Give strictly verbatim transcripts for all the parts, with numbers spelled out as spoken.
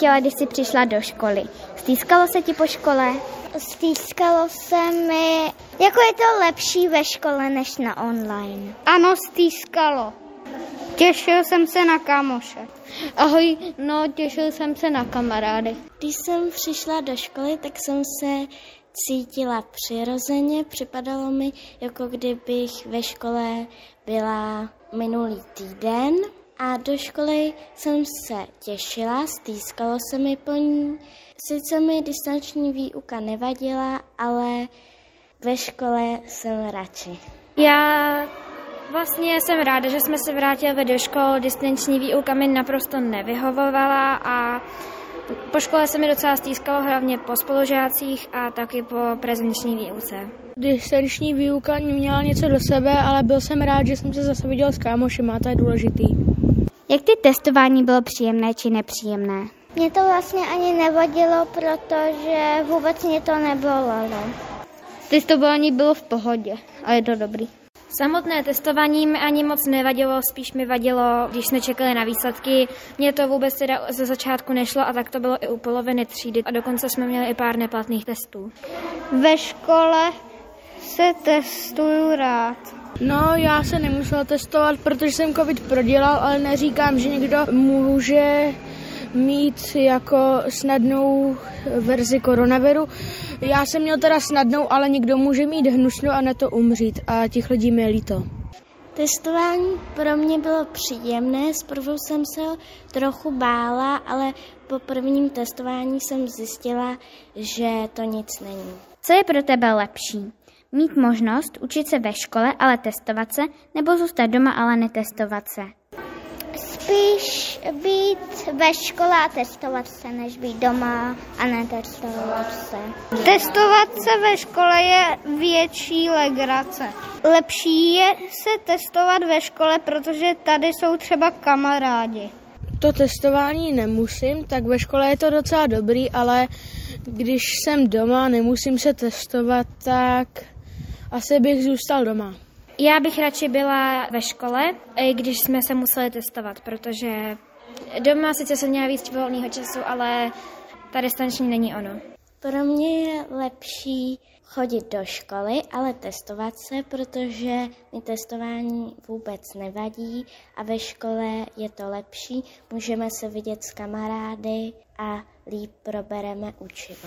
cítila, když jsi přišla do školy? Stýskalo se ti po škole? Stýskalo se mi, jako je to lepší ve škole než na online. Ano, stýskalo. Těšil jsem se na kámoše. Ahoj, no těšil jsem se na kamarády. Když jsem přišla do školy, tak jsem se cítila přirozeně. Připadalo mi, jako kdybych ve škole byla minulý týden. A do školy jsem se těšila, stýskalo se mi po ní. Sice mi distanční výuka nevadila, ale ve škole jsem radši. Já vlastně jsem ráda, že jsme se vrátili do škol. Distanční výuka mi naprosto nevyhovovala a po škole se mi docela stýskalo, hlavně po spolužácích a taky po prezenční výuce. Distanční výuka měla něco do sebe, ale byl jsem rád, že jsem se zase viděl s kámošem a to je důležitý. Jak ty testování bylo příjemné či nepříjemné? Mě to vlastně ani nevadilo, protože vůbec mě to nebolelo. Testování bylo v pohodě a je to dobrý. Samotné testování mi ani moc nevadilo, spíš mi vadilo, když jsme čekali na výsledky. Mně to vůbec teda ze začátku nešlo a tak to bylo i u poloviny třídy a dokonce jsme měli i pár neplatných testů. Ve škole se testuju rád. No, já se nemusela testovat, protože jsem covid prodělal, ale neříkám, že někdo může mít jako snadnou verzi koronaviru. Já jsem měl teda snadnou, ale někdo může mít hnusnou a na to umřít a těch lidí mi je líto. Testování pro mě bylo příjemné, zprvu jsem se trochu bála, ale po prvním testování jsem zjistila, že to nic není. Co je pro tebe lepší? Mít možnost učit se ve škole, ale testovat se, nebo zůstat doma, ale netestovat se? Spíš být ve škole a testovat se, než být doma a netestovat se. Testovat se ve škole je větší legrace. Lepší je se testovat ve škole, protože tady jsou třeba kamarádi. To testování nemusím, tak ve škole je to docela dobrý, ale když jsem doma, nemusím se testovat, tak asi bych zůstal doma. Já bych radši byla ve škole, i když jsme se museli testovat, protože doma sice jsem měla víc volného času, ale ta distanční není ono. Pro mě je lepší chodit do školy, ale testovat se, protože mi testování vůbec nevadí a ve škole je to lepší, můžeme se vidět s kamarády a líp probereme učivo.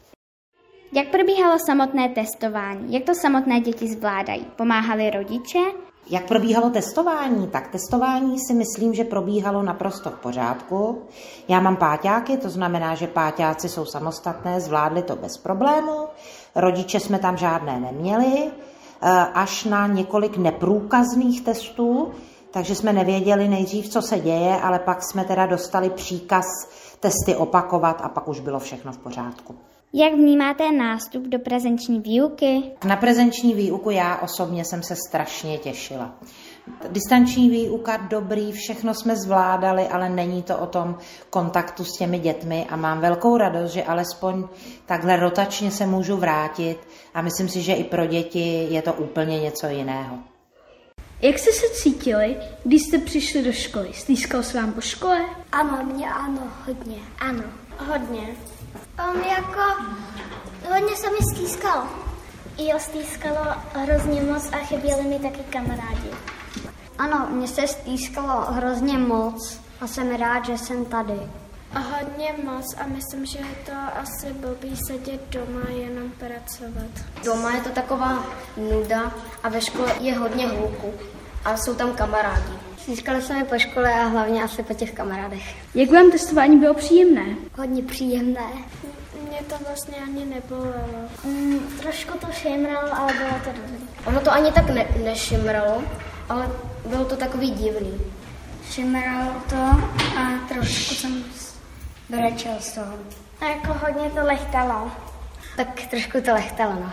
Jak probíhalo samotné testování? Jak to samotné děti zvládají? Pomáhali rodiče? Jak probíhalo testování? Tak testování si myslím, že probíhalo naprosto v pořádku. Já mám páťáky, to znamená, že páťáci jsou samostatné, zvládli to bez problému. Rodiče jsme tam žádné neměli, až na několik neprůkazných testů, takže jsme nevěděli nejdřív, co se děje, ale pak jsme teda dostali příkaz testy opakovat a pak už bylo všechno v pořádku. Jak vnímáte nástup do prezenční výuky? Na prezenční výuku já osobně jsem se strašně těšila. Distanční výuka dobrý, všechno jsme zvládali, ale není to o tom kontaktu s těmi dětmi a mám velkou radost, že alespoň takhle rotačně se můžu vrátit a myslím si, že i pro děti je to úplně něco jiného. Jak jste se cítili, když jste přišli do školy? Stýskal se vám po škole? Ano, mě ano, hodně. Ano, hodně. Um, jako hodně se mi stýskalo. Jo, stýskalo hrozně moc a chyběli mi taky kamarádi. Ano, mně se stýskalo hrozně moc a jsem rád, že jsem tady. A hodně moc a myslím, že je to asi blbý sedět doma jenom pracovat. Doma je to taková nuda a ve škole je hodně hluku a jsou tam kamarádi. Stýskali jsme po škole a hlavně asi po těch kamarádech. Jak vám testování bylo příjemné? Hodně příjemné. Mě to vlastně ani nebolelo. Mm, trošku to šimralo, ale bylo to dobrý. Ono to ani tak ne- nešimralo, ale bylo to takový divný. Šimralo to a trošku jsem brečel z toho. A jako hodně to lechtalo. Tak trošku to lechtalo, no.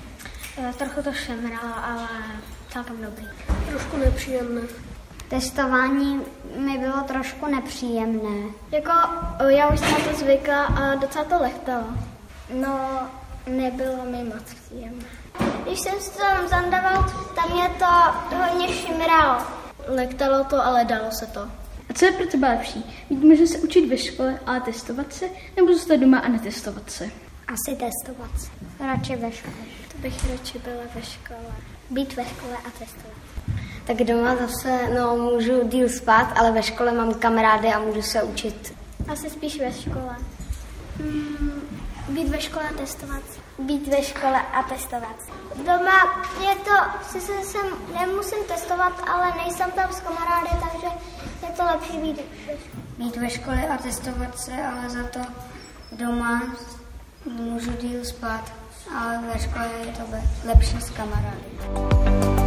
Trochu to šimralo, ale celkem dobrý. Trošku nepříjemné. Testování mi bylo trošku nepříjemné. Jako já už jsem na to zvykla a docela to lechtalo. No, nebylo mi moc příjemné. Když jsem se tam zandaval, tam mě to hodně šimralo. Lektalo to, ale dalo se to. A co je pro tebe lepší? Mít možnost se učit ve škole, ale testovat se, nebo zůstat doma a netestovat se? Asi testovat se. Radši ve škole. To bych radši byla ve škole. Být ve škole a testovat. Tak doma zase no, můžu díl spát, ale ve škole mám kamarády a můžu se učit. Asi spíš ve škole. Hmm, být ve škole a testovat se. Být ve škole a testovat se. Doma je to, sice jsem nemusím testovat, ale nejsem tam s kamarády, takže je to lepší být ve škole. Být ve škole a testovat se, ale za to doma můžu díl spát, ale ve škole je to lepší s kamarády.